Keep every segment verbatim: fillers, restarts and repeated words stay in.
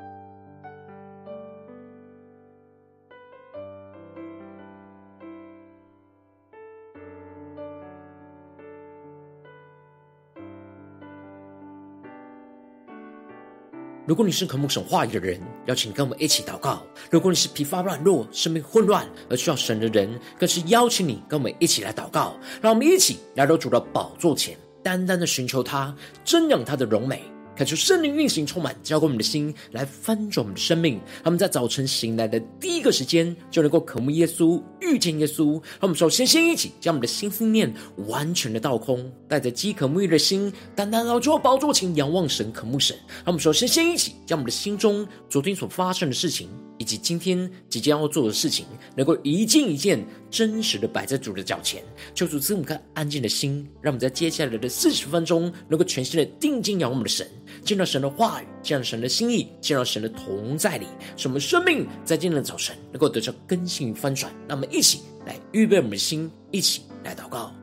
如果你是渴慕神话语的人，邀请你跟我们一起祷告。如果你是疲乏软弱、生命混乱而需要神的人，更是邀请你跟我们一起来祷告。让我们一起来到主的宝座前，单单的寻求他，瞻仰他的荣美，恳求圣灵运行充满，浇灌我们的心，来翻转我们的生命。他们在早晨醒来的第一个时间，就能够渴慕耶稣，遇见耶稣。让我们首先先一起将我们的心思念完全的倒空，带着饥渴沐浴的心，单单来到宝座前仰望神，渴慕神。让我们首先先一起将我们的心中昨天所发生的事情，以及今天即将要做的事情，能够一件一件真实的摆在主的脚前。求主赐我们个安静的心，让我们在接下来的四十分钟，能够全心的定睛仰望我们的神，见到神的话语，见到神的心意，见到神的同在里，使我们生命在今天的早晨能够得到更新与翻转。让我们一起来预备我们的心，一起来祷告。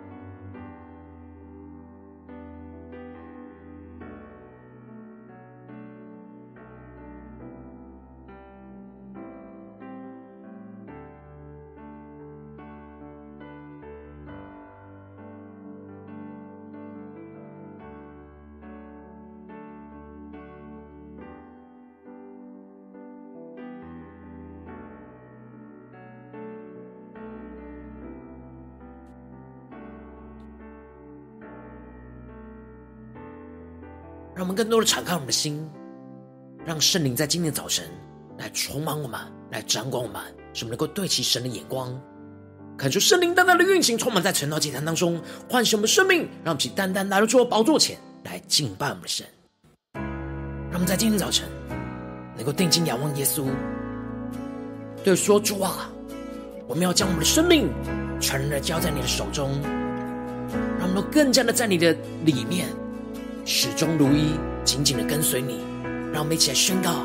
让我们更多的敞开我们的心，让圣灵在今天早晨来充满我们，来掌管我们，使我们能够对齐神的眼光。恳求圣灵单单的运行，充满在晨祷祭坛当中，唤醒我们生命，让我们一起单单来到主的宝座前来敬拜我们的神。让我们在今天早晨能够定睛仰望耶稣，对说：主啊，我们要将我们的生命全然的交在你的手中，让我们都更加的在你的里面始终如一，紧紧的跟随你。让我们一起来宣告：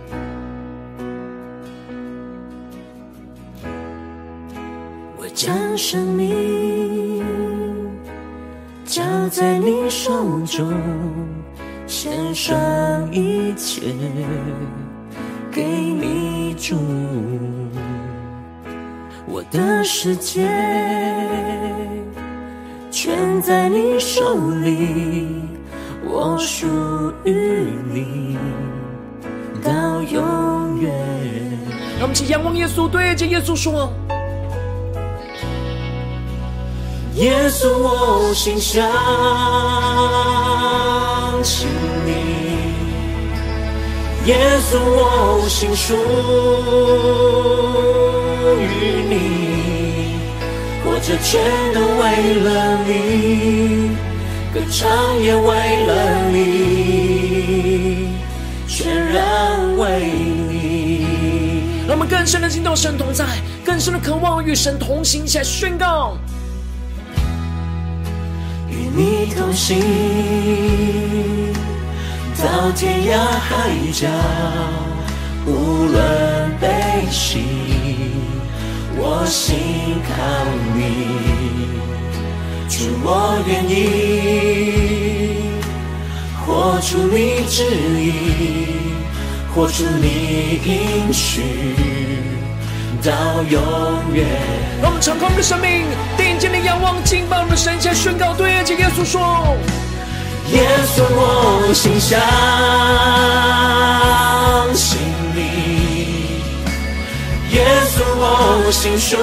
我将生命交在你手中，献上一切给你主。我的世界全在你手里，我属于你到永远。 让我们一起仰望耶稣，对着耶稣说： 耶稣，我心相信你，耶稣，我心属于你，活着全都为了你，歌唱也为了你，全然为你。 让我们更深的进到神同在，更深的渴望与神同行，一起来宣告： 与你同行，到天涯海角，无论悲喜，我心靠你。主，我愿意活出你旨意，活出你应许，到永远。 让我们敞开我们的生命，定睛的仰望敬拜我们的神，向宣告，对着耶稣说： 耶稣，我心相信你，耶稣，我心属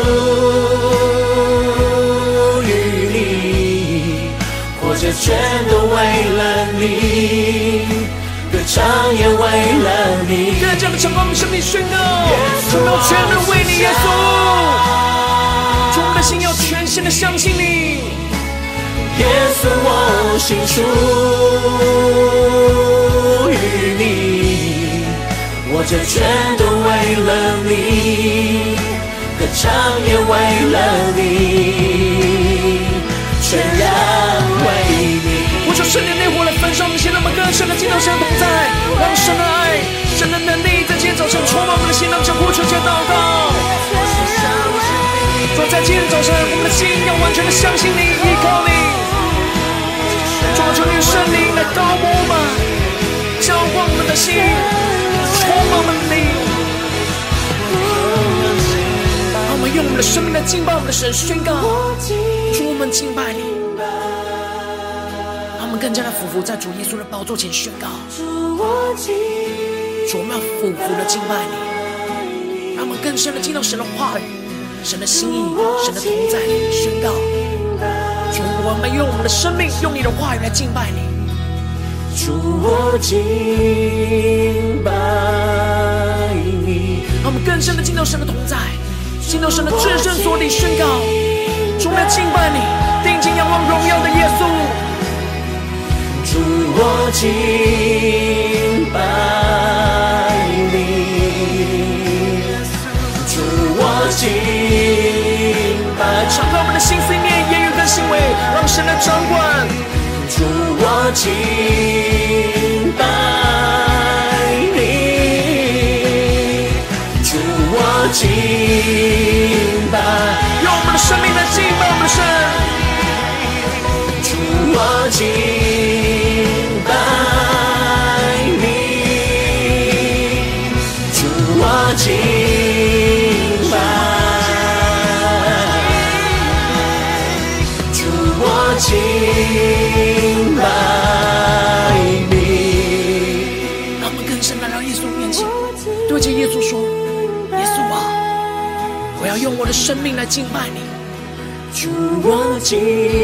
于你，活着全都为了你，歌唱也为了你。 更加的敞开我们生命，宣告：主，要全人为你，耶稣，主，我们的心要全心的相信你。 耶稣，我心属于你，我这全都为了你，歌唱也为了你，全然为你。 我求圣灵烈火来焚烧我们心，让我们更深的进到神的同在，让神的爱、神的能力在今天早晨充满我们的心，让我们向呼求、向祷告。说在今天早晨，我们的心要完全的相信你，依靠你。主，求你圣灵来高摩我们，浇灌我们的心， 的生命来敬拜我们的神，宣告主，我们敬拜你，让我们更加的俯伏在主耶稣的宝座前宣告，主，我们要俯伏的敬拜你，让我们更深的进到神的话语、神的心意、神的同在里宣告，主，我们用我们的生命用你的话语来敬拜你， 主，我敬拜你， 让我们更深的进到神的同在，进到神的至圣所里宣告，主，我们要敬拜你，定睛仰望荣耀的耶稣， 主，我敬拜你，主，我敬拜， 敞开我们的心思念、言语跟行为，让神来掌管。 主，我敬拜你，主，我敬拜， 用我们的生命来敬拜我们的神。 主，我敬拜你，主，我敬拜，主，我敬拜你。 让我们更深来到耶稣面前，对着耶稣说：耶稣啊，我要用我的生命来敬拜你。 主，我敬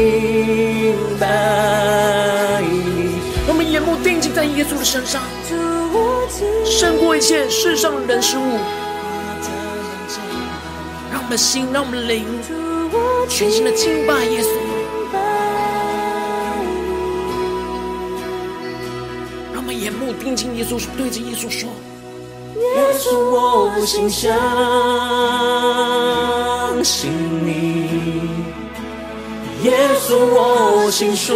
拜你， 我们眼目定睛在耶稣的身上，胜过一切世上的人事物。让我们的心，让我们的灵全心的敬拜耶稣。让我们眼目定睛耶稣，对着耶稣说： 耶稣，我心相信你，耶稣，我心属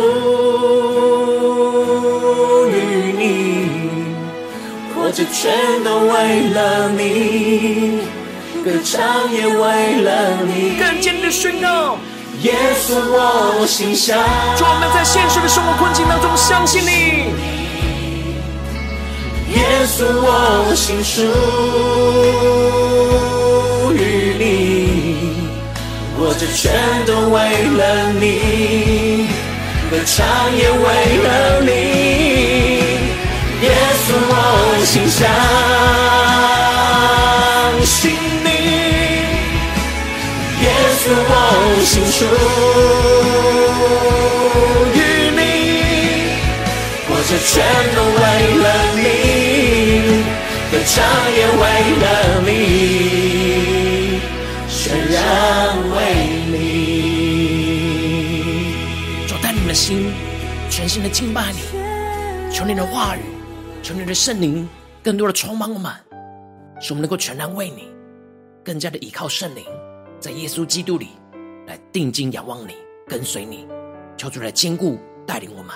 于你，活着全都为了你，歌唱也为了你， 更坚定的宣告： 耶稣，我心相信你。 主，我们在现实的生活困境当中相信你， 耶稣，我心属于你，活着全都为了你，歌唱也为了你。耶稣，我心相信你，耶稣，我心属于你，活着全都为了你，歌唱也为了你，全然为你。 主，带领的心全心的敬拜你，求你的话语，求你的圣灵更多的充满我们，使我们能够全然为你，更加的依靠圣灵，在耶稣基督里来定睛仰望你，跟随你，求主来坚固带领我们。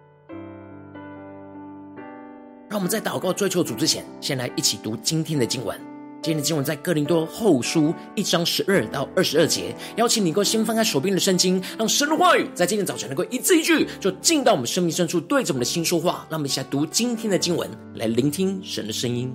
让我们在祷告追求主之前，先来一起读今天的经文。今天的经文在哥林多后书一章十二到二十二节，邀请你能够先翻开手边的圣经，让神的话语在今天早晨能够一字一句就进到我们生命深处，对着我们的心说话。让我们一起来读今天的经文，来聆听神的声音。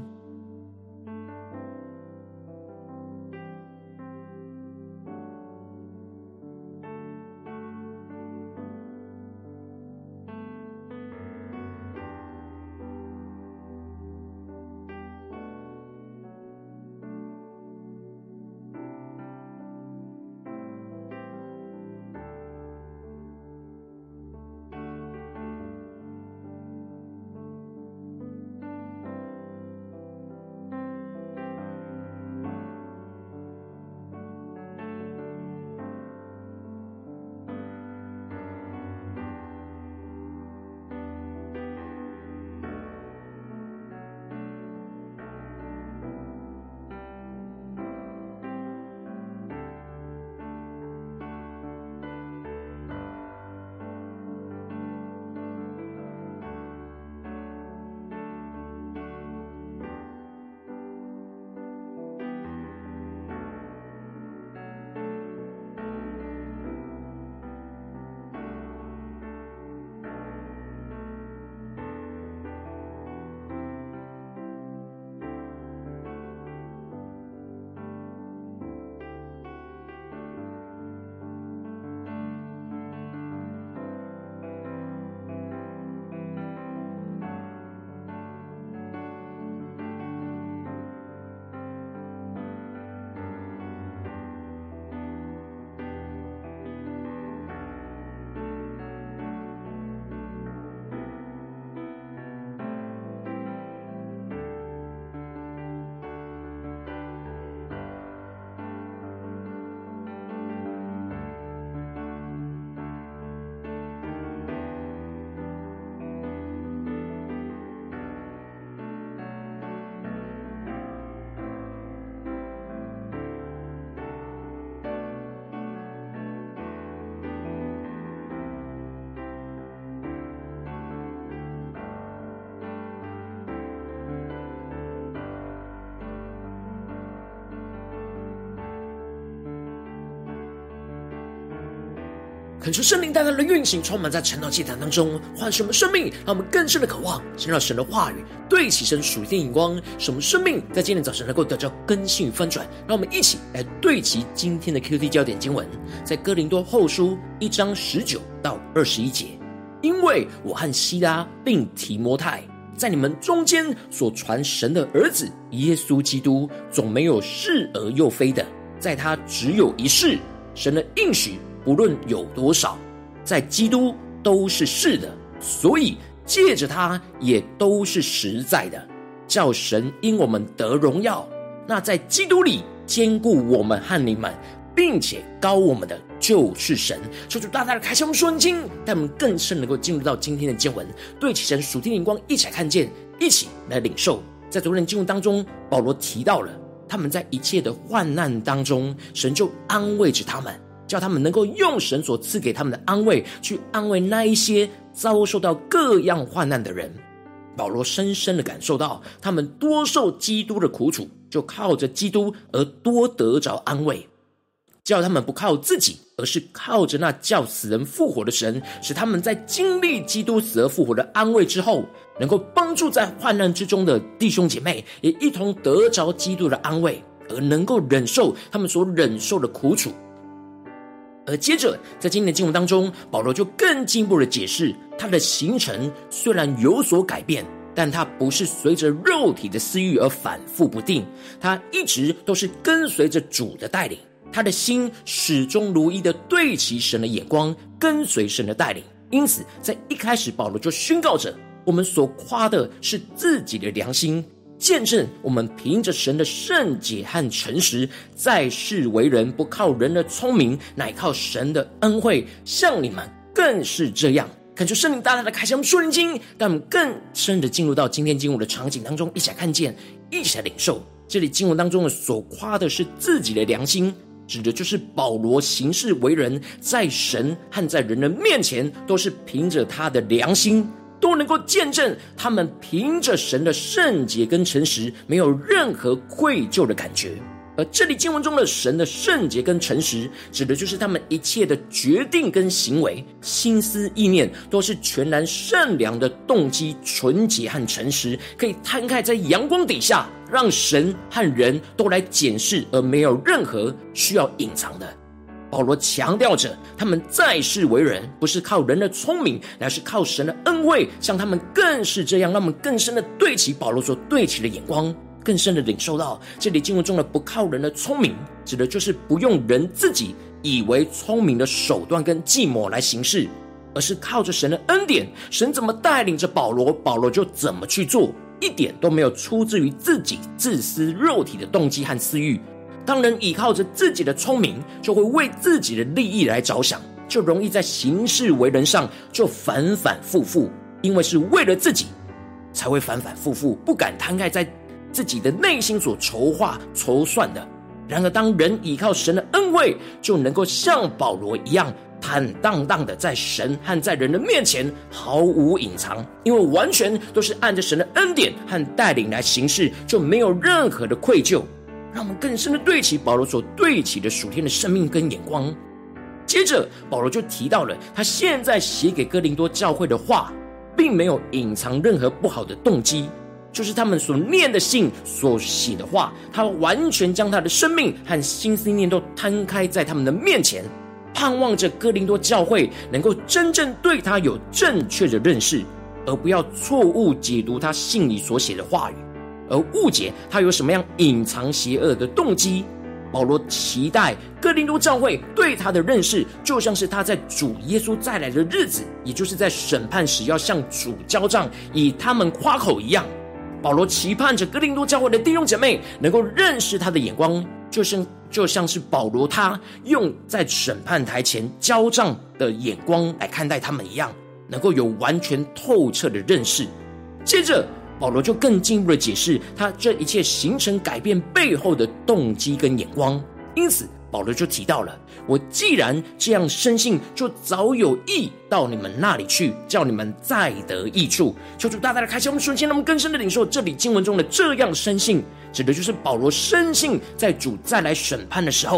恳求圣灵带来的运行充满在晨祷祭坛当中，唤醒我们生命，让我们更深的渴望听到神的话语，对齐神属天眼光，使我们生命在今天早晨能够得到更新与翻转。让我们一起来对齐今天的 Q T 焦点经文，在哥林多后书一章十九到二十一节。因为我和希拉并提摩太在你们中间所传神的儿子耶稣基督，总没有是而又非的，在他只有一是，神的应许不论有多少，在基督都是是的，所以借着他也都是实在的，叫神因我们得荣耀。那在基督里坚固我们和你们，并且膏我们的就是神。求主大大的开启我们属灵经，带我们更深能够进入到今天的经文，对齐神属天的眼光，一起来看见，一起来领受。在昨天的经文当中，保罗提到了他们在一切的患难当中，神就安慰着他们，叫他们能够用神所赐给他们的安慰去安慰那一些遭受到各样患难的人。保罗深深的感受到他们多受基督的苦楚，就靠着基督而多得着安慰，叫他们不靠自己，而是靠着那叫死人复活的神，使他们在经历基督死而复活的安慰之后，能够帮助在患难之中的弟兄姐妹也一同得着基督的安慰，而能够忍受他们所忍受的苦楚。而接着在今天的经文当中，保罗就更进一步的解释，他的行程虽然有所改变，但他不是随着肉体的私欲而反复不定，他一直都是跟随着主的带领，他的心始终如一的对齐神的眼光，跟随神的带领。因此在一开始保罗就宣告着，我们所夸的是自己的良心，见证我们凭着神的圣洁和诚实，在世为人，不靠人的聪明，乃靠神的恩惠，像你们更是这样。恳求圣灵大大的开启我们属灵经，让我们更深的进入到今天经文的场景当中，一起来看见，一起来领受。这里经文当中的所夸的是自己的良心，指的就是保罗行事为人，在神和在人的面前都是凭着他的良心，都能够见证他们凭着神的圣洁跟诚实，没有任何愧疚的感觉。而这里经文中的神的圣洁跟诚实，指的就是他们一切的决定跟行为，心思意念都是全然善良的动机，纯洁和诚实，可以摊开在阳光底下，让神和人都来检视，而没有任何需要隐藏的。保罗强调着，他们在世为人，不是靠人的聪明，乃是靠神的恩惠，像他们更是这样，让我们更深的对齐保罗所对齐的眼光，更深的领受到这里经文中的不靠人的聪明，指的就是不用人自己以为聪明的手段跟计谋来行事，而是靠着神的恩典，神怎么带领着保罗，保罗就怎么去做，一点都没有出自于自己自私肉体的动机和私欲。当人倚靠着自己的聪明，就会为自己的利益来着想，就容易在行事为人上就反反复复，因为是为了自己才会反反复复，不敢摊开在自己的内心所筹划筹算的。然而当人倚靠神的恩惠，就能够像保罗一样坦荡荡的在神和在人的面前毫无隐藏，因为完全都是按着神的恩典和带领来行事，就没有任何的愧疚。让我们更深的对齐保罗所对齐的属天的生命跟眼光。接着保罗就提到了他现在写给哥林多教会的话，并没有隐藏任何不好的动机，就是他们所念的信所写的话，他完全将他的生命和心思念都摊开在他们的面前，盼望着哥林多教会能够真正对他有正确的认识，而不要错误解读他信里所写的话语，而误解他有什么样隐藏邪恶的动机。保罗期待哥林多教会对他的认识，就像是他在主耶稣再来的日子，也就是在审判时要向主交账，以他们夸口一样。保罗期盼着哥林多教会的弟兄姐妹能够认识他的眼光，就像就像是保罗他用在审判台前交账的眼光来看待他们一样，能够有完全透彻的认识。接着保罗就更进一步的解释他这一切形成改变背后的动机跟眼光。因此保罗就提到了，我既然这样深信，就早有意到你们那里去，叫你们再得益处。求主大大的开启我们瞬间，让我们更深的领受这里经文中的这样深信，指的就是保罗深信在主再来审判的时候，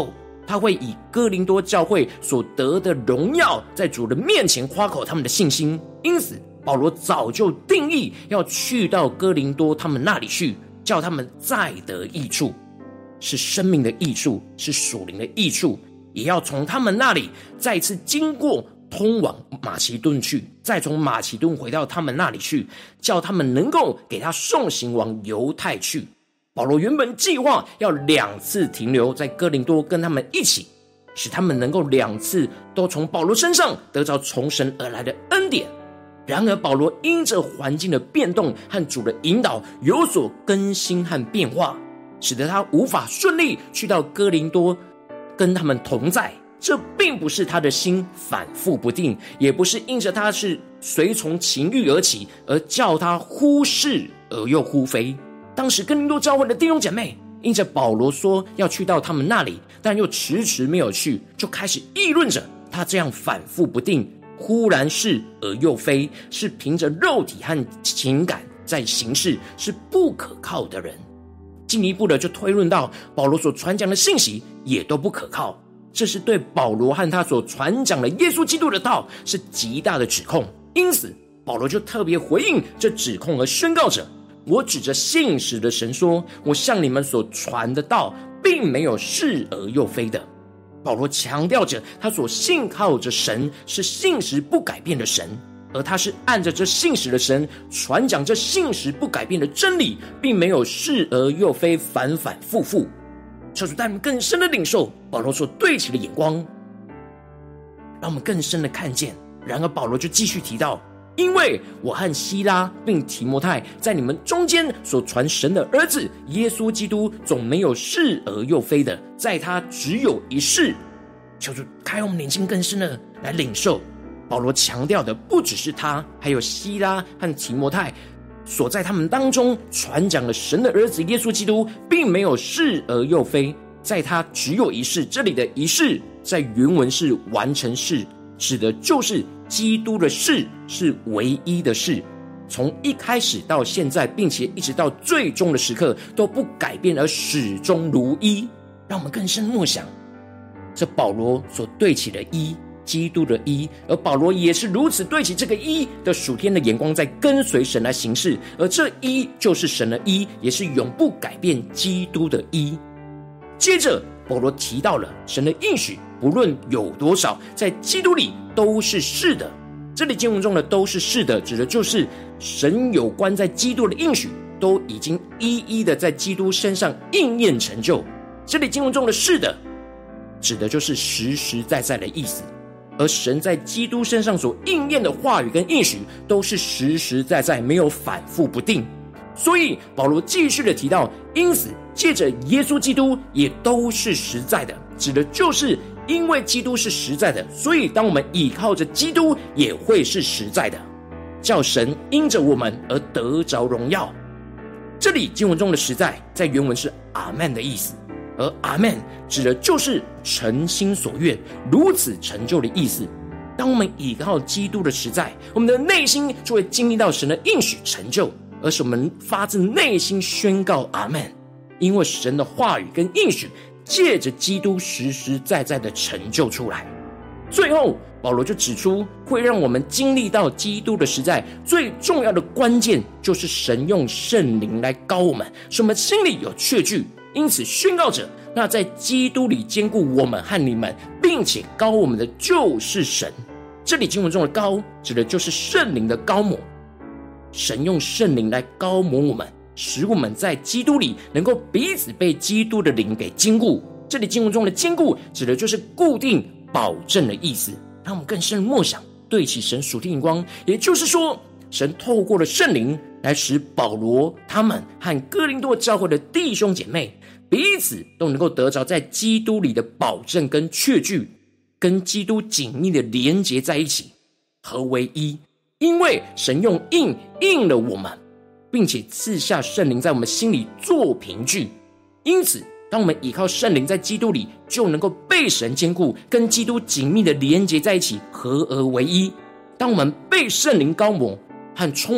他会以哥林多教会所得的荣耀在主的面前夸口他们的信心。因此保罗早就定义要去到哥林多他们那里去，叫他们再得益处，是生命的益处，是属灵的益处，也要从他们那里再次经过通往马其顿去，再从马其顿回到他们那里去，叫他们能够给他送行往犹太去。保罗原本计划要两次停留在哥林多跟他们一起，使他们能够两次都从保罗身上得着从神而来的恩典。然而保罗因着环境的变动和主的引导有所更新和变化，使得他无法顺利去到哥林多跟他们同在。这并不是他的心反复不定，也不是因着他是随从情欲而起，而叫他忽视而又忽非。当时哥林多教会的弟兄姐妹因着保罗说要去到他们那里，但又迟迟没有去，就开始议论着他这样反复不定，忽然是而又非，是凭着肉体和情感在行事，是不可靠的人。进一步的就推论到保罗所传讲的信息也都不可靠，这是对保罗和他所传讲的耶稣基督的道是极大的指控。因此保罗就特别回应这指控而宣告着，我指着信实的神说，我向你们所传的道并没有是而又非的。保罗强调着他所信靠着神是信实不改变的神，而他是按着这信实的神传讲这信实不改变的真理，并没有是而又非，反反复复。求主带我们更深的领受保罗所对齐的眼光，让我们更深的看见。然而保罗就继续提到，因为我和希拉并提摩太在你们中间所传神的儿子耶稣基督，总没有是而又非的，在他只有一是。求主开我们眼睛更深的来领受，保罗强调的不只是他，还有希拉和提摩太所在他们当中传讲了神的儿子耶稣基督，并没有是而又非，在他只有一是。这里的一是在原文是完成式，指的就是基督的是是唯一的是，从一开始到现在，并且一直到最终的时刻都不改变，而始终如一。让我们更深默想这保罗所对齐的一，基督的一，而保罗也是如此对齐这个一的属天的眼光，在跟随神来行事，而这一就是神的一，也是永不改变基督的一。接着保罗提到了神的应许不论有多少，在基督里都是是的。这里经文中的都是是的，指的就是神有关在基督的应许都已经一一的在基督身上应验成就。这里经文中的是的，指的就是实实在在的意思，而神在基督身上所应验的话语跟应许都是实实在在，没有反复不定。所以保罗继续的提到，因此借着耶稣基督也都是实在的，指的就是因为基督是实在的，所以当我们倚靠着基督也会是实在的，叫神因着我们而得着荣耀。这里经文中的实在在原文是阿们的意思，而阿们指的就是诚心所愿，如此成就的意思。当我们倚靠基督的实在，我们的内心就会经历到神的应许成就，而是我们发自内心宣告阿们，因为神的话语跟应许借着基督实实在在的成就出来。最后保罗就指出，会让我们经历到基督的实在最重要的关键，就是神用圣灵来膏我们，使我们心里有确据，因此宣告着，那在基督里坚固我们和你们，并且膏我们的就是神。这里经文中的膏指的就是圣灵的膏抹，神用圣灵来膏抹我们，使我们在基督里能够彼此被基督的灵给坚固。这里经文中的坚固指的就是固定保证的意思。让我们更深默想，对齐神属天眼光，也就是说神透过了圣灵来使保罗他们和哥林多教会的弟兄姐妹彼此都能够得着在基督里的保证跟确据，跟基督紧密的连结在一起，合为一。因为神用印印了我们，并且赐下圣灵在我们心里做凭据，因此当我们依靠圣灵在基督里，就能够被神坚固，跟基督紧密的连结在一起，合而为一。当我们被圣灵膏抹和充满，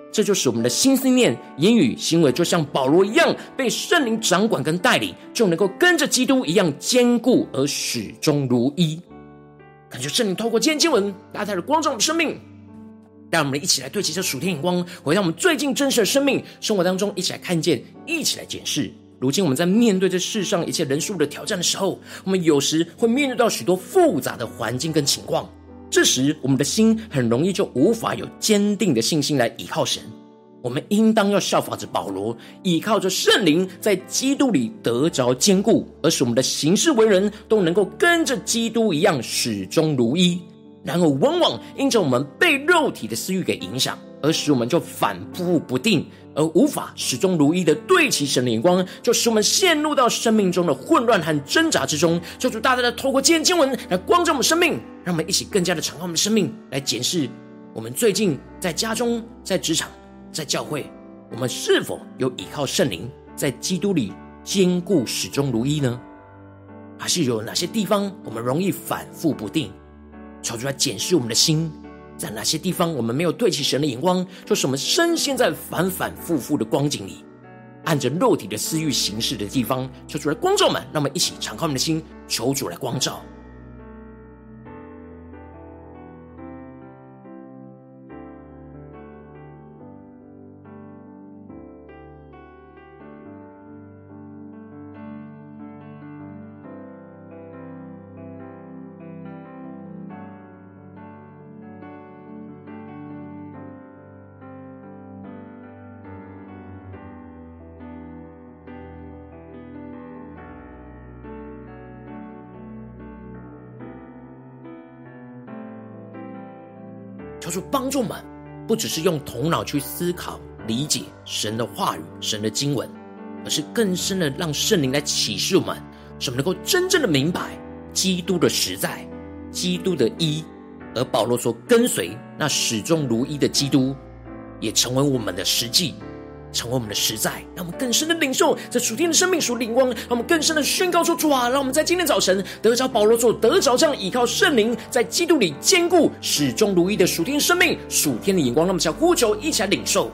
这就使我们的心思念、言语、行为，就像保罗一样，被圣灵掌管跟带领，就能够跟着基督一样坚固而始终如一。感谢圣灵透过今天经文大大的光照我们生命，让我们一起来对齐这属天眼光，回到我们最近真实的生命生活当中，一起来看见，一起来检视。如今我们在面对这世上一切人数的挑战的时候，我们有时会面对到许多复杂的环境跟情况，这时我们的心很容易就无法有坚定的信心来依靠神。我们应当要效法着保罗，依靠着圣灵在基督里得着坚固，而使我们的行事为人都能够跟着基督一样始终如一。然而往往因着我们被肉体的私欲给影响，而使我们就反复不定，而无法始终如一的对齐神的眼光，就使我们陷入到生命中的混乱和挣扎之中。求主大大的透过今天经文来光照我们生命，让我们一起更加的敞开我们的生命，来检视我们最近在家中、在职场、在教会，我们是否有依靠圣灵在基督里坚固始终如一呢？还是有哪些地方我们容易反复不定？求主来检视我们的心，在哪些地方我们没有对齐神的眼光，就是我们深陷在反反复复的光景里，按着肉体的私欲行事的地方。求主来光照我们，让我们一起敞开我们的心，求主来光照。求主帮助我们，不只是用头脑去思考理解神的话语、神的经文，而是更深的让圣灵来启示我们，使我们能够真正的明白基督的实在、基督的一，而保罗所跟随那始终如一的基督，也成为我们的实际，成为我们的实在，让我们更深的领受这属天的生命、属灵光，让我们更深的宣告说：主啊，让我们在今天早晨得着保罗所得着这样依靠圣灵在基督里坚固始终如一的属天生命、属天的眼光。让我们想呼求，一起来领受。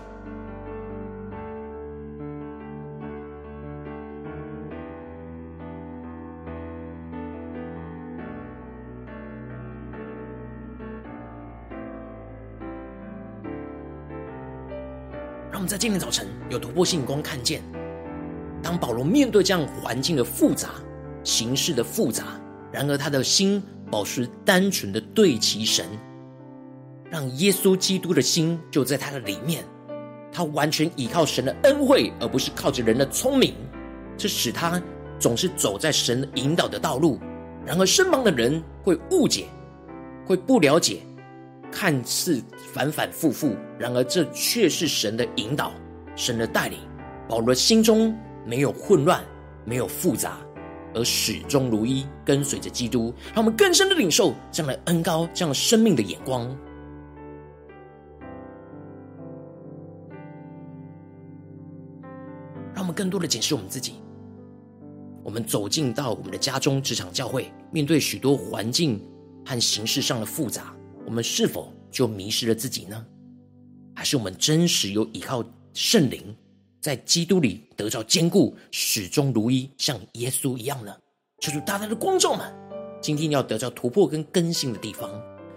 让我们在今天早晨有突破性眼光看见，当保罗面对这样环境的复杂、形势的复杂，然而他的心保持单纯的对齐神，让耶稣基督的心就在他的里面，他完全依靠神的恩惠，而不是靠着人的聪明，这使他总是走在神引导的道路。然而身旁的人会误解，会不了解，看似反反复复，然而这却是神的引导，神的带领。保罗的心中没有混乱，没有复杂，而始终如一跟随着基督。让我们更深的领受这样的恩膏，这样的生命的眼光，让我们更多的检视我们自己。我们走进到我们的家中、职场、教会，面对许多环境和形式上的复杂，我们是否就迷失了自己呢？还是我们真实有依靠圣灵，在基督里得着坚固，始终如一，像耶稣一样呢？求主大大的光照们，今天要得着突破跟更新的地方。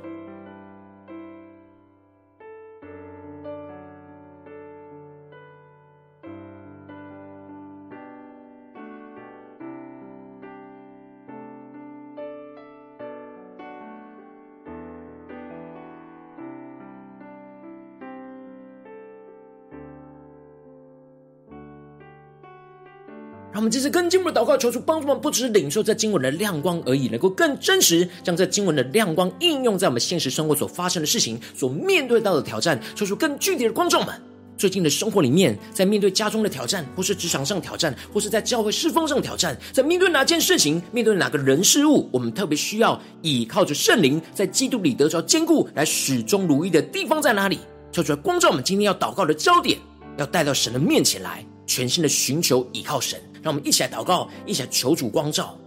让我们这次更进一步的祷告，求主帮助我们，不只是领受这经文的亮光而已，能够更真实将这经文的亮光应用在我们现实生活所发生的事情、所面对到的挑战。求主更具体的光照们，最近的生活里面，在面对家中的挑战，或是职场上挑战，或是在教会侍奉上挑战，在面对哪件事情，面对哪个人事物，我们特别需要倚靠着圣灵在基督里得着坚固，来始终如一的地方在哪里？求主来光照我们今天要祷告的焦点，要带到神的面前来，全心的寻求倚靠神。让我们一起来祷告，一起来求主光照。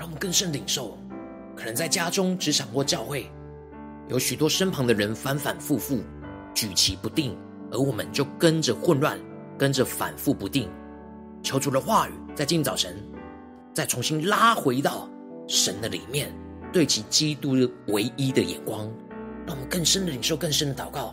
我们更深领受，可能在家中、职场或教会，有许多身旁的人反反复复，举棋不定，而我们就跟着混乱，跟着反复不定。求主的话语在今天早晨再重新拉回到神的里面，对其基督的唯一的眼光，让我们更深的领受，更深的祷告。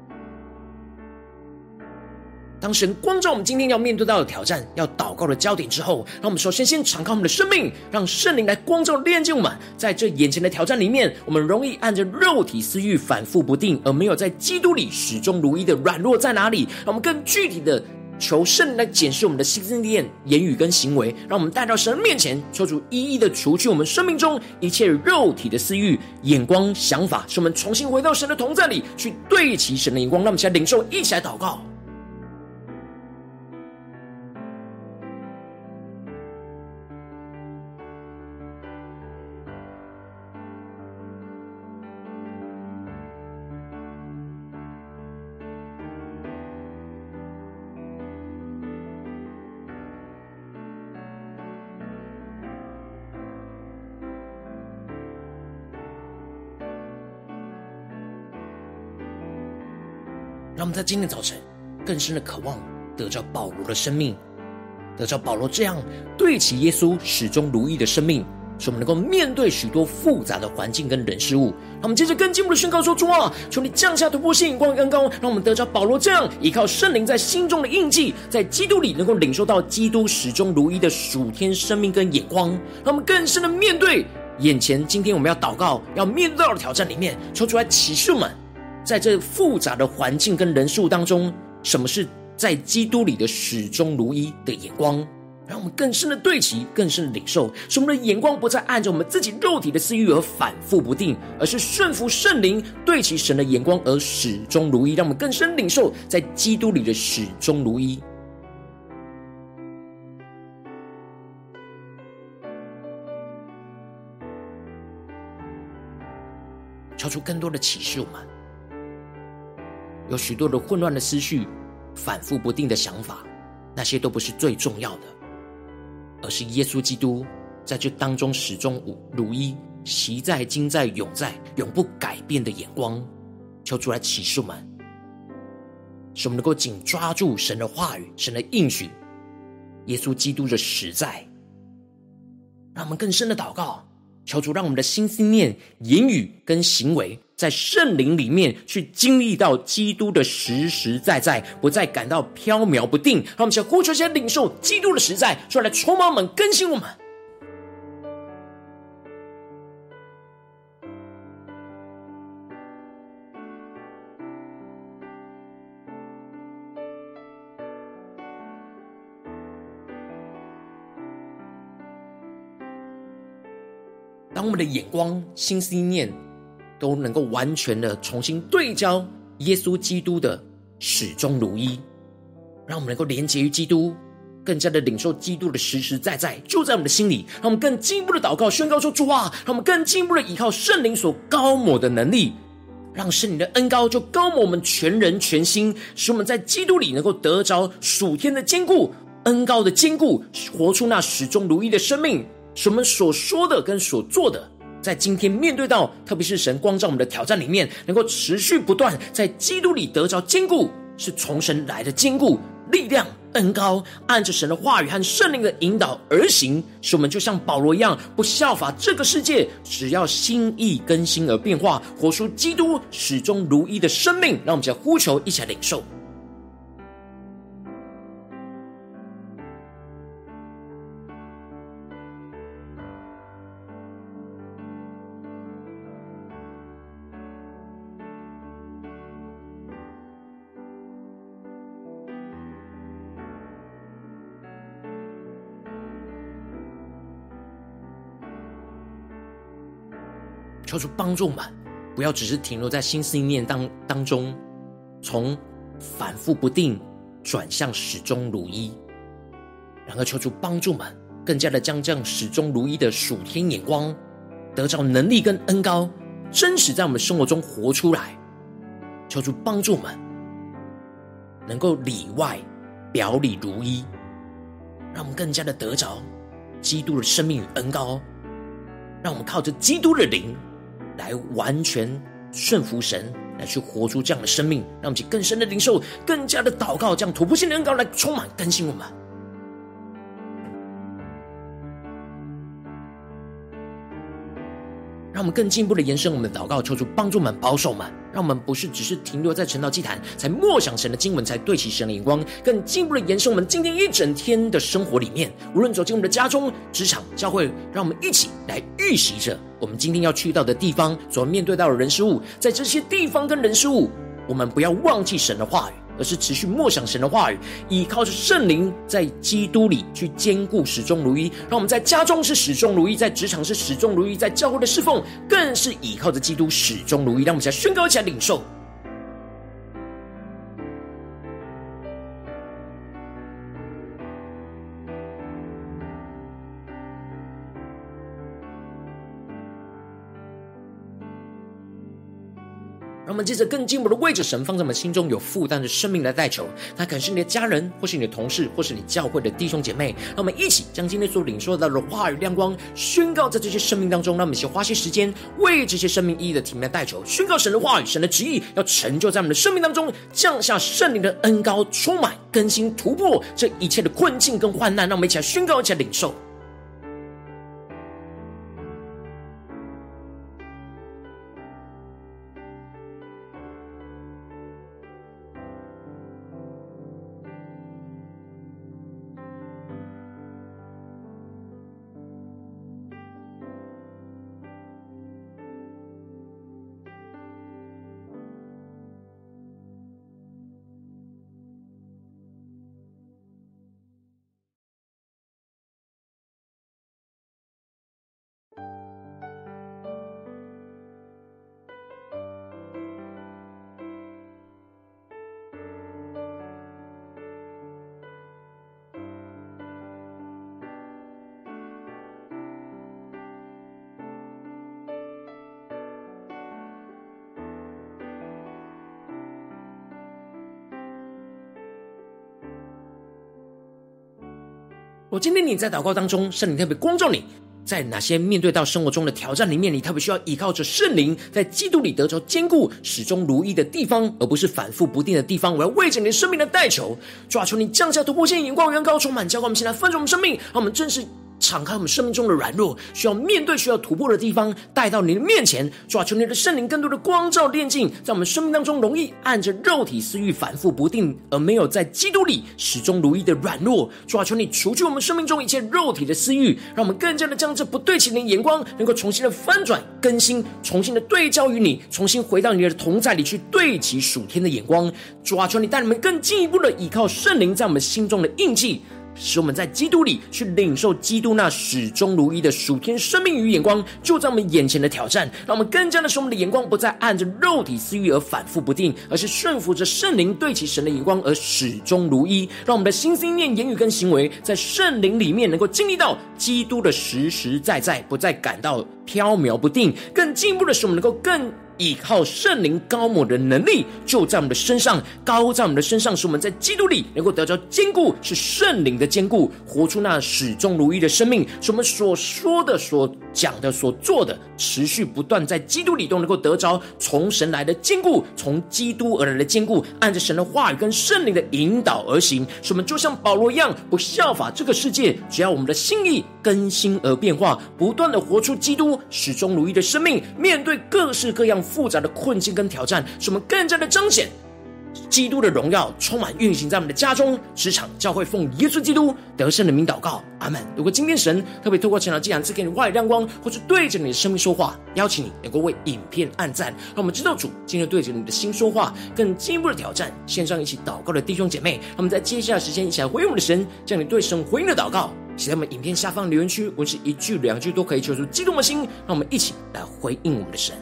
当神光照我们今天要面对到的挑战，要祷告的焦点之后，让我们首先先敞开我们的生命，让圣灵来光照炼净我们。在这眼前的挑战里面，我们容易按着肉体私欲反复不定，而没有在基督里始终如一的软弱在哪里。让我们更具体的求圣灵来检视我们的心思念、言语跟行为，让我们带到神面前，求主一一的除去我们生命中一切肉体的私欲、眼光、想法，使我们重新回到神的同在里，去对齐神的眼光。让我们一起来领受，一起来祷告。让我们在今天早晨更深的渴望得着保罗的生命，得着保罗这样对齐耶稣始终如一的生命，使我们能够面对许多复杂的环境跟人事物。让我们接着更进一步的宣告说，主啊，求你降下突破性眼光与恩膏，让我们得着保罗这样依靠圣灵在心中的印记，在基督里能够领受到基督始终如一的属天生命跟眼光，让我们更深的面对眼前今天我们要祷告要面对到的挑战里面，求主来启示我们在这复杂的环境跟人数当中，什么是在基督里的始终如一的眼光，让我们更深的对齐，更深的领受，使我们的眼光不再按照我们自己肉体的私欲而反复不定，而是顺服圣灵对齐神的眼光而始终如一，让我们更深领受在基督里的始终如一。求出更多的启示我们，有许多的混乱的思绪，反复不定的想法，那些都不是最重要的，而是耶稣基督在这当中始终如一，习在、今在、永在、永不改变的眼光。求主来启示我们，使我们能够紧抓住神的话语、神的应许，耶稣基督的实在。让我们更深的祷告，求主让我们的心思念、言语跟行为在圣灵里面去经历到基督的实实在在，不再感到飘渺不定。让我们想呼求，先领受基督的实在，出来充满我们，更新我们。当我们的眼光、心思念都能够完全的重新对焦耶稣基督的始终如一，让我们能够连结于基督，更加的领受基督的实实在在就在我们的心里。让我们更进一步的祷告宣告说，主啊，让我们更进一步的依靠圣灵所膏抹的能力，让圣灵的恩膏就膏抹我们全人全心，使我们在基督里能够得着属天的坚固，恩膏的坚固，活出那始终如一的生命，使我们所说的跟所做的在今天面对到特别是神光照我们的挑战里面，能够持续不断在基督里得着坚固，是从神来的坚固力量恩膏，按着神的话语和圣灵的引导而行，使我们就像保罗一样，不效法这个世界，只要心意更新而变化，活出基督始终如一的生命。让我们再呼求，一起来领受。求主帮助我们，不要只是停留在心思意念当当中，从反复不定转向始终如一。然而求主帮助我们，更加的将这样始终如一的属天眼光，得着能力跟恩膏，真实在我们生活中活出来。求主帮助我们，能够里外表里如一，让我们更加的得着基督的生命与恩膏， 让我们靠着基督的灵来完全顺服神，来去活出这样的生命，让我们去更深的领受，更加的祷告，这样突破性的恩膏来充满更新我们。让我们更进一步的延伸我们的祷告，求主帮助我们保守我们，让我们不是只是停留在晨祷祭坛才默想神的经文，才对齐神的眼光，更进一步的延伸我们今天一整天的生活里面，无论走进我们的家中、职场、教会，让我们一起来预习着我们今天要去到的地方所面对到的人事物，在这些地方跟人事物，我们不要忘记神的话语，而是持续默想神的话语，依靠着圣灵在基督里去坚固始终如一。让我们在家中是始终如一，在职场是始终如一，在教会的侍奉更是依靠着基督始终如一。让我们一起来宣告，一起来领受。让我们接着更进一步的为着神放在我们心中有负担的生命来代求，他可能是你的家人，或是你的同事，或是你教会的弟兄姐妹。让我们一起将今天所领受到的话语亮光宣告在这些生命当中，让我们一起花些时间为这些生命意义的题目来代求，宣告神的话语，神的旨意要成就在我们的生命当中，降下圣灵的恩膏，充满更新突破这一切的困境跟患难。让我们一起来宣告，一起来领受。我今天你在祷告当中，圣灵特别光照你，在哪些面对到生活中的挑战里面，你特别需要依靠着圣灵在基督里得着坚固始终如一的地方，而不是反复不定的地方。我要为着你的生命的代求，主啊，求你降下突破性眼光，远高充满浇灌我们，现在分盛我们生命，让我们正式敞开我们生命中的软弱，需要面对需要突破的地方，带到你的面前。主啊，求你的圣灵更多的光照炼净，在我们生命当中容易按着肉体私欲反复不定，而没有在基督里始终如一的软弱。主啊，求你除去我们生命中一切肉体的私欲，让我们更加的将这不对齐的眼光能够重新的翻转更新，重新的对焦于你，重新回到你的同在里去对齐属天的眼光。主啊，求你带你们更进一步的依靠圣灵在我们心中的印记，使我们在基督里去领受基督那始终如一的属天生命与眼光，就在我们眼前的挑战，让我们更加的使我们的眼光不再按着肉体私欲而反复不定，而是顺服着圣灵对齐神的眼光而始终如一。让我们的心思念言语跟行为在圣灵里面能够经历到基督的实实在在，不再感到飘渺不定，更进一步的使我们能够更依靠圣灵高抹的能力，就在我们的身上，高在我们的身上，使我们在基督里能够得着坚固，是圣灵的坚固，活出那始终如一的生命，使我们所说的、所讲的、所做的，持续不断在基督里都能够得着从神来的坚固，从基督而来的坚固，按着神的话语跟圣灵的引导而行，使我们就像保罗一样，不效法这个世界，只要我们的心意更新而变化，不断的活出基督始终如一的生命，面对各式各样复杂的困境跟挑战，使我们更加的彰显基督的荣耀，充满运行在我们的家中、职场、教会，奉耶稣基督得胜的名祷告，阿们。如果今天神特别透过晨祷祭坛赐给你话语亮光，或是对着你的生命说话，邀请你能够为影片按赞，让我们知道主今天对着你的心说话，更进一步的挑战线上一起祷告的弟兄姐妹，让我们在接下来的时间一起来回应我们的神，将你对神回应的祷告写在我们影片下方留言区，无论是一句两句都可以，求出激动的心，让我们一起来回应我们的神。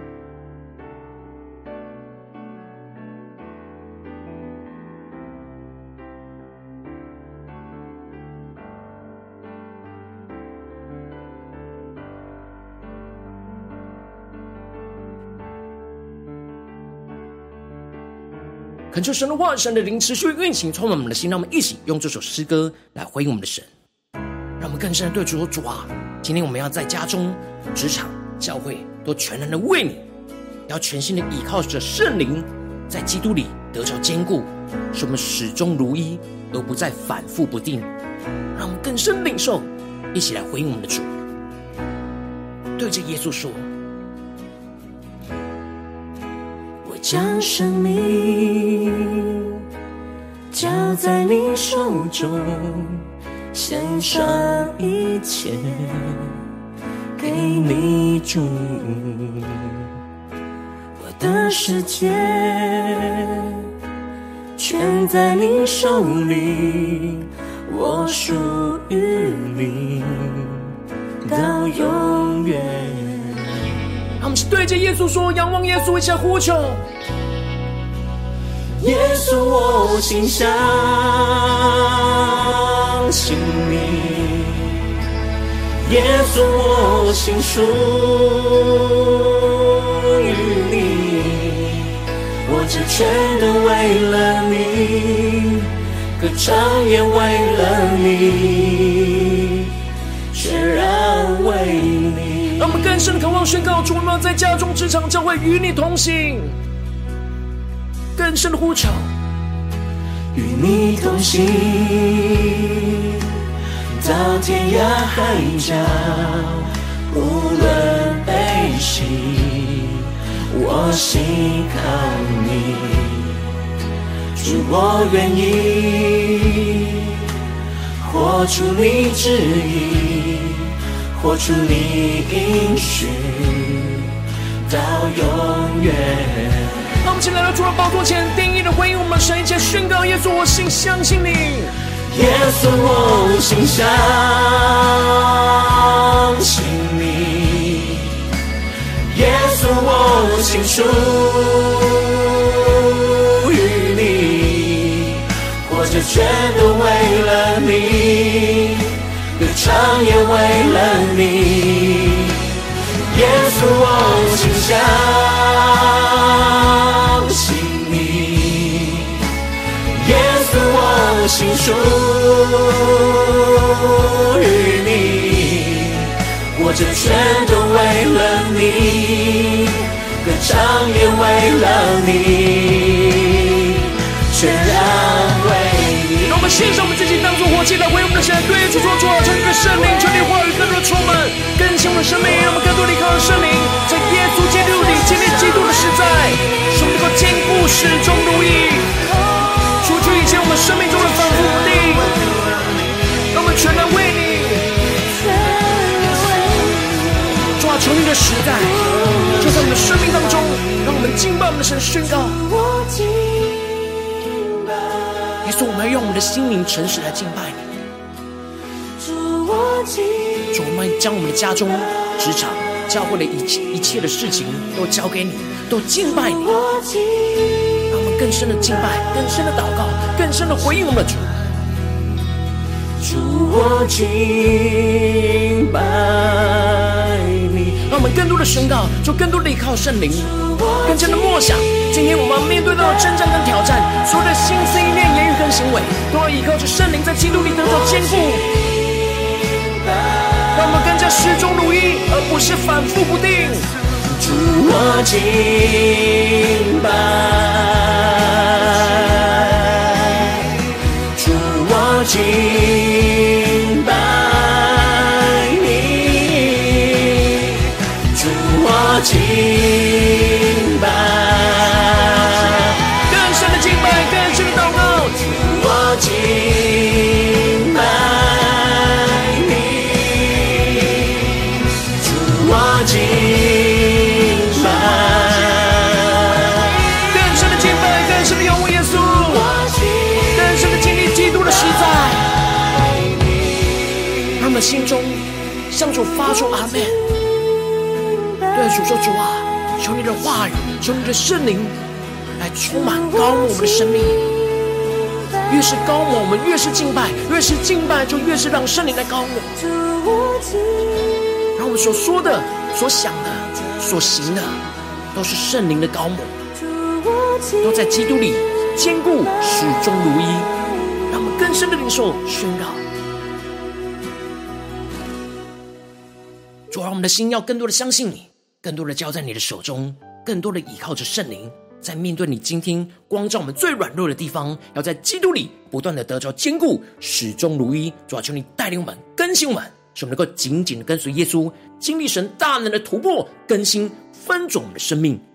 恳求神的话，神的灵持续运行，充满我们的心，让我们一起用这首诗歌来回应我们的神，让我们更深的对主说：主啊，今天我们要在家中职场、教会都全然的为你，要全心的倚靠着圣灵，在基督里得着坚固，使我们始终如一，而不再反复不定。让我们更深领受，一起来回应我们的主，对着耶稣说： 我将生命交在你手中，献上一切给你主，我的世界全在你手里，我属于你到永远。 让我们是对着耶稣说，仰望耶稣，一起来呼求。 耶稣，我心相信你，耶稣，我心属于你，我这全都为了你，歌唱也为了你，全然为你。 让我们更深的渴望宣告，主，我们要在家中、职场、教会与你同行。更深的呼求， 与你同行，到天涯海角，无论悲喜，我信靠你。主，我愿意活出你旨意，活出你应许，到永远。 让我们一起来到主的宝座前，定义的回应我们神，一起宣告：耶稣，我心相信你。 耶稣，我心相信你。耶稣，我心属于你，活着全都为了你，歌唱也为了你。耶稣，我心相信你，耶稣，我心属于你，我这全都为了你，歌唱也为了你，全然为你。 让我们献上我们自己，当作活祭来回应我们的神，对主说：主啊，求你的圣灵，求你话语更多的充满，更新我们的生命，让我们更多地靠着圣灵，在耶稣基督里经历基督的实在，使我们能够坚固，始终如一，除去一切我们生命中的反复不定。让我们全然为你，主啊，求你的实在就在我们的生命当中，让我们敬拜我们的神，宣告。耶稣，我们要用我们的心灵诚实来敬拜你。主，我们将我们的家中、职场、教会的一切一切的事情都交给你，都敬拜你。让我们更深的敬拜，更深的祷告，更深的回应我们的主。 主，我敬拜你。 让我们更多的宣告，就更多的依靠圣灵，更加的默想。今天我们要面对到的征战跟挑战，所有的心思意念、言语跟行为，都要依靠着圣灵在基督里得到坚固。让我们更加始终如一，而不是反复不定。 主，我敬拜，主，我敬拜你，主，我敬拜， 更深的敬拜，更深的祷告。 主，我敬拜你，主，我敬拜， 更深的敬拜，更深的仰望耶稣，更深的经历基督的实在。让我们心中向主发出阿们。对主说：主啊，求你的话语，求你的圣灵来充满高抹我们的生命。越是高抹我们，越是敬拜，越是敬拜，就越是让圣灵来高抹。让我们所说的、所想的、所行的，都是圣灵的高抹，都在基督里坚固，始终如一。让我们更深的领受宣告。主啊， 啊，我们的心要更多的相信你，更多的交在你的手中，更多的依靠着圣灵，在面对你今天光照我们最软弱的地方，要在基督里不断的得着坚固，始终如一。主啊，求你带领我们，更新我们，使我们能够紧紧的跟随耶稣，经历神大能的突破、更新、翻转我们的生命。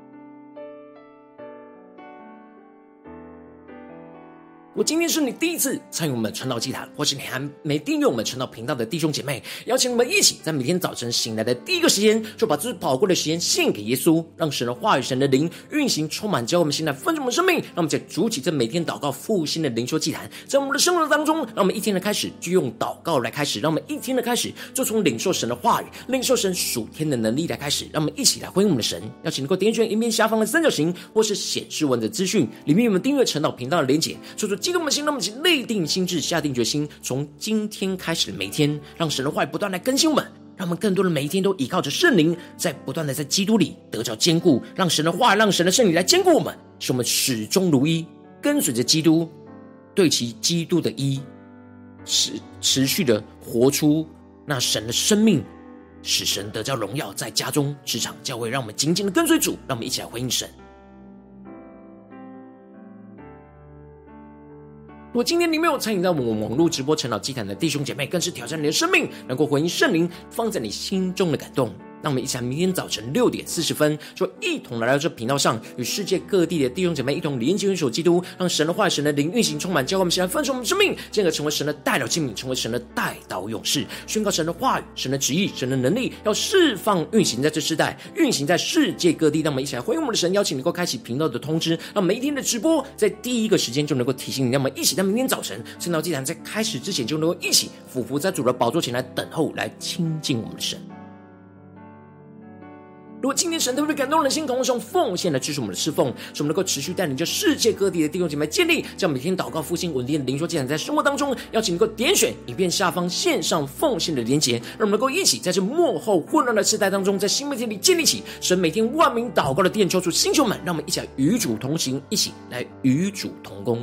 我今天是你第一次参与我们传道祭坛，或是你还没订阅我们传道频道的弟兄姐妹，邀请我们一起在每天早晨醒来的第一个时间，就把最宝贵的时间献给耶稣，让神的话语、神的灵运行充满，教我们现在分盛我们的生命。让我们在主起这每天祷告复兴的灵修祭坛，在我们的生活当中，让我们一天的开始就用祷告来开始，让我们一天的开始就从领受神的话语、领受神属天的能力来开始。让我们一起来回应我们的神。邀请能够点选影片下方的三角形，或是显示文的资讯，里面有我们订阅传道频道的连结，说出激动我们的心，让我们一起内定心志，下定决心，从今天开始的每一天，让神的话语不断来更新我们，让我们更多的每一天都依靠着圣灵，在不断的在基督里得着坚固，让神的话，让神的圣灵来坚固我们，使我们始终如一，跟随着基督，对齐基督的一，持持续的活出那神的生命，使神得着荣耀，在家中、职场、教会，让我们紧紧的跟随主。让我们一起来回应神。如果今天你没有参与到我们网络直播陈老祭坛的弟兄姐妹，更是挑战你的生命，能够回应圣灵放在你心中的感动。让我们一起来明天早晨六点四十分，就一同来到这频道上，与世界各地的弟兄姐妹一同连接元首基督，让神的话语、神的灵运行充满，教会我们现在分盛我们生命，进而成为神的代表器皿，成为神的代祷勇士，宣告神的话语、神的旨意、神的能力，要释放运行在这世代，运行在世界各地。让我们一起来回应我们的神，邀请能够开启频道的通知，让每一天的直播在第一个时间就能够提醒你。让我们一起在明天早晨圣道祭坛在开始之前，就能够一起俯伏在主的宝座前来等候，来亲近我们的神。如果今天神特别感动人心，同时用奉献来支持我们的侍奉，使我们能够持续带领着世界各地的弟兄姐妹建立这样每天祷告复兴稳定的灵修祭坛，在生活当中，邀请能够点选影片下方线上奉献的连结，让我们能够一起在这末后混乱的时代当中，在新媒体里建立起神每天万名祷告的殿，求主星球们，让我们一起来与主同行，一起来与主同工。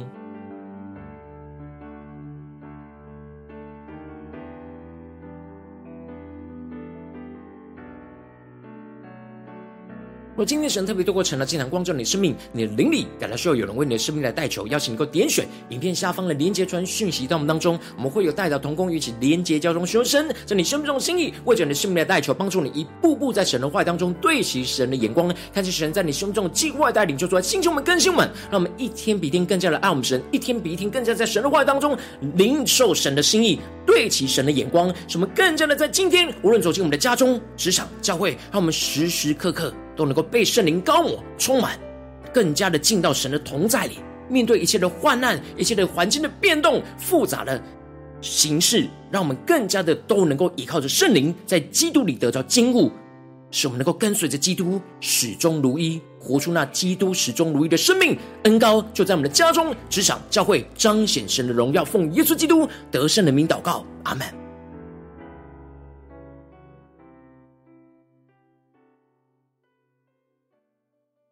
若今天神特别透过神的祭坛光照你的生命，你的灵里感到需要有人为你的生命来代求，邀请你能够点选影片下方的连结传讯息到我们当中，我们会有代祷同工一起连结交通，寻求神在你生命中的心意，为着你的生命来代求，帮助你一步步在神的话语当中对齐神的眼光，看见神在你生命中的计划带领，就出来星球们更新我们，让我们一天比一天更加的爱我们神，一天比一天更加在神的话语当中领受神的心意，对齐神的眼光，使我们更加的在今天无论走进我们的家中、职场、教会，让我们时时刻刻都能够被圣灵膏抹充满，更加的进到神的同在里，面对一切的患难、一切的环境的变动、复杂的形势，让我们更加的都能够依靠着圣灵，在基督里得到坚固，使我们能够跟随着基督始终如一，活出那基督始终如一的生命。恩膏就在我们的家中、职场、教会彰显神的荣耀，奉耶稣基督得胜的名祷告，阿们。